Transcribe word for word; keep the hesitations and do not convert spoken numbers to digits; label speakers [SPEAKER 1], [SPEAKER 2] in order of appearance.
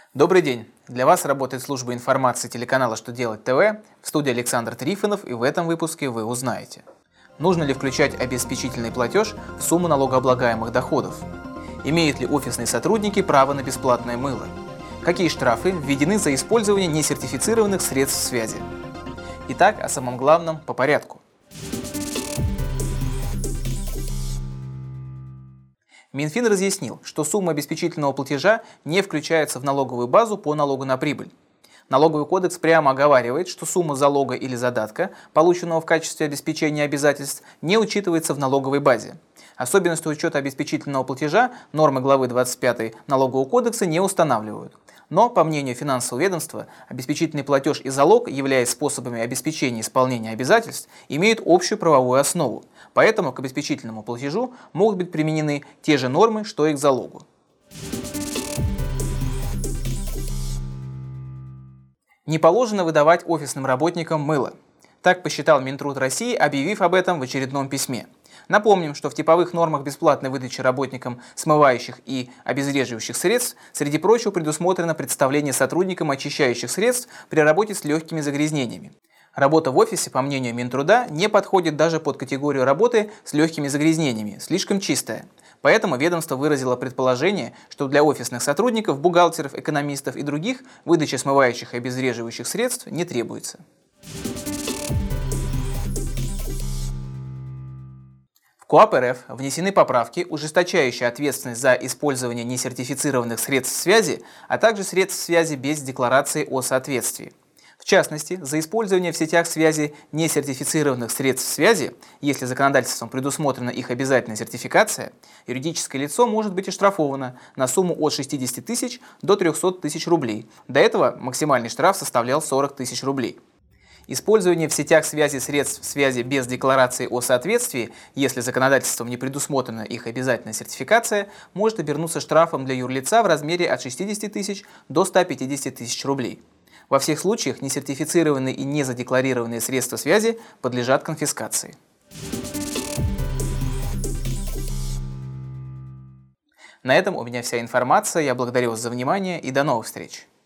[SPEAKER 1] Добрый день! Для вас работает служба информации телеканала «Что делать ТВ», в студии Александр Трифонов, и в этом выпуске вы узнаете: нужно ли включать обеспечительный платеж в сумму налогооблагаемых доходов? Имеют ли офисные сотрудники право на бесплатное мыло? Какие штрафы введены за использование несертифицированных средств связи? Итак, о самом главном по порядку. Минфин разъяснил, что сумма обеспечительного платежа не включается в налоговую базу по налогу на прибыль. Налоговый кодекс прямо оговаривает, что сумма залога или задатка, полученного в качестве обеспечения обязательств, не учитывается в налоговой базе. Особенности учета обеспечительного платежа нормы главы двадцать пятой Налогового кодекса не устанавливают. Но, по мнению финансового ведомства, обеспечительный платеж и залог, являясь способами обеспечения исполнения обязательств, имеют общую правовую основу. Поэтому к обеспечительному платежу могут быть применены те же нормы, что и к залогу. Не положено выдавать офисным работникам мыло. Так посчитал Минтруд России, объявив об этом в очередном письме. Напомним, что в типовых нормах бесплатной выдачи работникам смывающих и обезвреживающих средств, среди прочего, предусмотрено представление сотрудникам очищающих средств при работе с легкими загрязнениями. Работа в офисе, по мнению Минтруда, не подходит даже под категорию работы с легкими загрязнениями, слишком чистая. Поэтому ведомство выразило предположение, что для офисных сотрудников, бухгалтеров, экономистов и других выдача смывающих и обезвреживающих средств не требуется. В КоАП РФ внесены поправки, ужесточающие ответственность за использование несертифицированных средств связи, а также средств связи без декларации о соответствии. В частности, за использование в сетях связи несертифицированных средств связи, если законодательством предусмотрена их обязательная сертификация, юридическое лицо может быть оштрафовано на сумму от шестидесяти тысяч до трёхсот тысяч рублей. До этого максимальный штраф составлял сорок тысяч рублей. Использование в сетях связи средств связи без декларации о соответствии, если законодательством не предусмотрена их обязательная сертификация, может обернуться штрафом для юрлица в размере от шестидесяти тысяч до ста пятидесяти тысяч рублей. Во всех случаях несертифицированные и незадекларированные средства связи подлежат конфискации. На этом у меня вся информация. Я благодарю вас за внимание и до новых встреч!